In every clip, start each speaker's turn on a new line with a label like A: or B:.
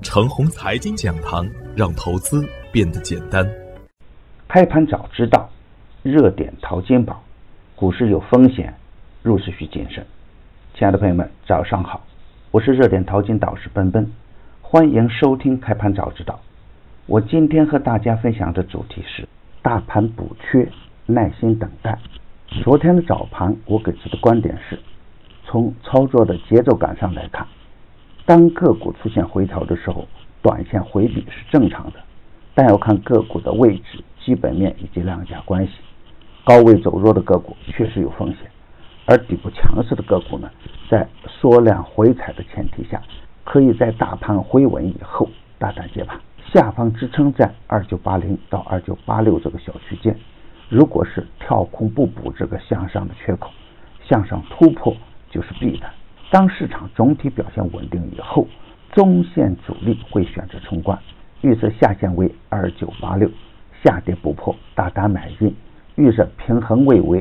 A: 程红财经讲堂，让投资变得简单。
B: 开盘早知道，热点淘金宝，股市有风险，入市需谨慎。亲爱的朋友们，早上好，我是热点淘金导师奔奔，欢迎收听开盘早知道。我今天和大家分享的主题是大盘补缺，耐心等待。昨天的早盘我给出的观点是，从操作的节奏感上来看，当个股出现回调的时候，短线回避是正常的，但要看个股的位置、基本面以及量价关系。高位走弱的个股确实有风险，而底部强势的个股呢，在缩量回踩的前提下，可以在大盘回稳以后大胆接盘。下方支撑在2980到2986这个小区间，如果是跳空不补这个向上的缺口，向上突破就是必然。当市场总体表现稳定以后，中线主力会选择冲关，预设下限为2986，下跌不破大胆买进，预设平衡位为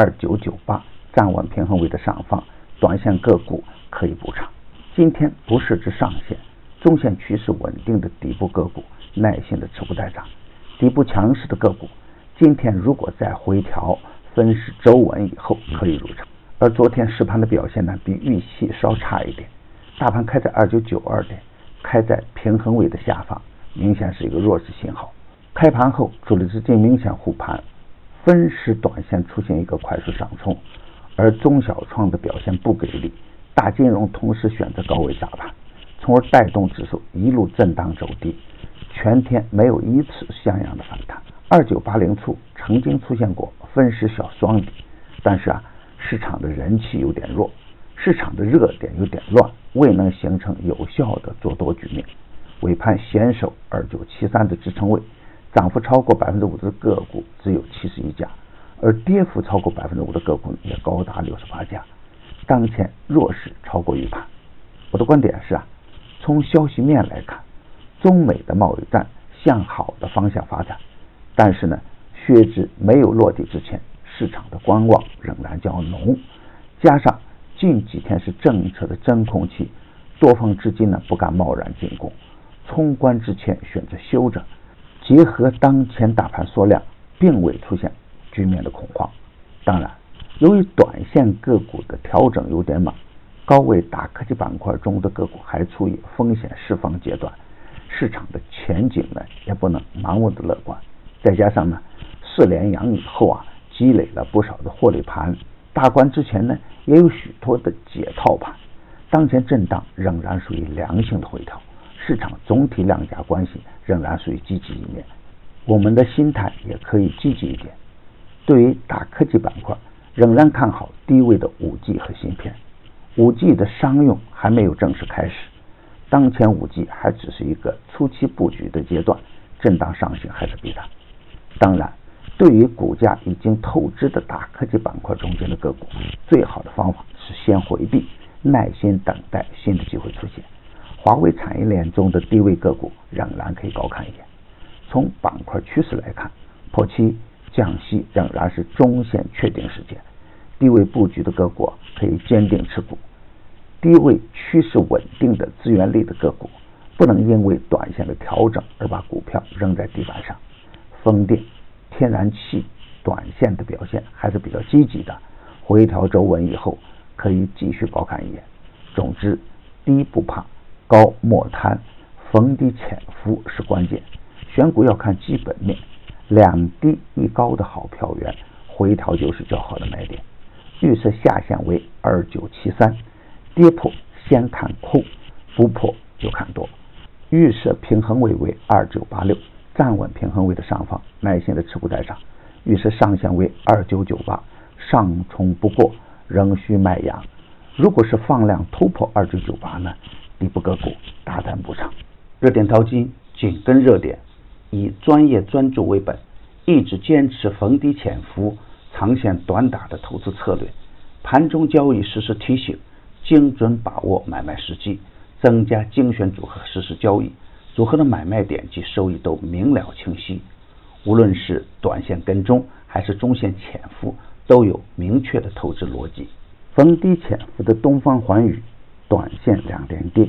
B: 2998，站稳平衡位的上方，短线个股可以补仓。今天不设置上限，中线趋势稳定的底部个股耐心的持股待涨，底部强势的个股今天如果再回调分时周稳以后可以入场。而昨天实盘的表现呢，比预期稍差一点，大盘开在2992点，开在平衡位的下方，明显是一个弱势信号。开盘后主力资金明显护盘，分时短线出现一个快速上冲，而中小创的表现不给力，大金融同时选择高位砸盘，从而带动指数一路震荡走低，全天没有一次像样的反弹。2980处曾经出现过分时小双底，但是市场的人气有点弱，市场的热点有点乱，未能形成有效的做多局面。尾盘险守2973的支撑位，涨幅超过 5% 的个股只有71家，而跌幅超过 5% 的个股也高达68家。当前弱势超过预判。我的观点是从消息面来看，中美的贸易战向好的方向发展，但是呢，血值没有落地之前，市场的观望仍然较浓，加上近几天是政策的真空期，多方资金呢不敢贸然进攻，冲关之前选择休着，结合当前大盘缩量，并未出现局面的恐慌。当然，由于短线个股的调整有点猛，高位大科技板块中的个股还处于风险释放阶段，市场的前景呢也不能盲目的乐观。再加上呢4连阳以后积累了不少的获利盘，大关之前呢也有许多的解套盘，当前震荡仍然属于良性的回调，市场总体量价关系仍然属于积极一面，我们的心态也可以积极一点。对于大科技板块，仍然看好低位的 5G 和芯片。5G 的商用还没有正式开始，当前 5G 还只是一个初期布局的阶段，震荡上行还是必然。当然，对于股价已经透支的大科技板块中间的个股，最好的方法是先回避，耐心等待新的机会出现。华为产业链中的低位个股仍然可以高看一眼。从板块趋势来看，破七降息仍然是中线确定事件，低位布局的个股可以坚定持股，低位趋势稳定的资源类的个股不能因为短线的调整而把股票扔在地板上。风电、天然气短线的表现还是比较积极的，回调周稳以后可以继续高看一眼。总之，低不怕，高莫贪，逢低潜伏是关键。选股要看基本面，两低一高的好票源，回调就是较好的买点。预设下限为2973，跌破先看空，不破就看多。预设平衡位为2986，站稳平衡位的上方，耐心的持股待涨。预设上限为2998，上冲不过，仍需卖压。如果是放量突破2998呢，底部个股大胆补仓。热点淘金紧跟热点，以专业专注为本，一直坚持逢低潜伏、长线短打的投资策略。盘中交易实时提醒，精准把握买卖时机，增加精选组合实时交易，组合的买卖点及收益都明了清晰。无论是短线跟踪还是中线潜伏，都有明确的投资逻辑。逢低潜伏的东方环宇短线2连跌，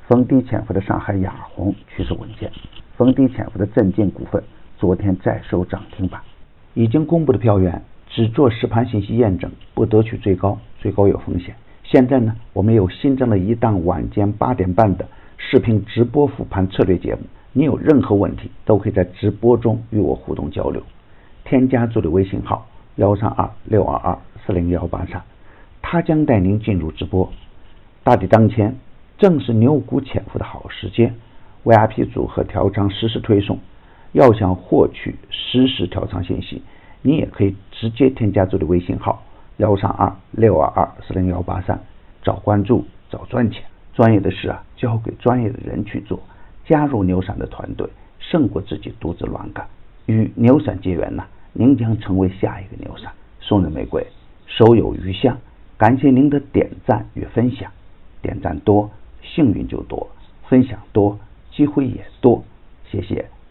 B: 逢低潜伏的上海雅虹趋势稳健，逢低潜伏的证券股份昨天再收涨停板。已经公布的票源只做实盘信息验证，不得取最高，最高有风险。现在呢，我们有新增了一档晚间8点半的视频直播复盘策略节目，你有任何问题都可以在直播中与我互动交流。添加助理微信号13262240183，他将带您进入直播。大敌当前，正是牛股潜伏的好时间。VIP 组合调仓实时推送，要想获取实时调仓信息，你也可以直接添加助理微信号13262240183，找关注，找赚钱。专业的事交给专业的人去做，加入牛散的团队，胜过自己独自乱干。与牛散结缘您将成为下一个牛散。送人玫瑰，手有余香。感谢您的点赞与分享，点赞多，幸运就多；分享多，机会也多。谢谢。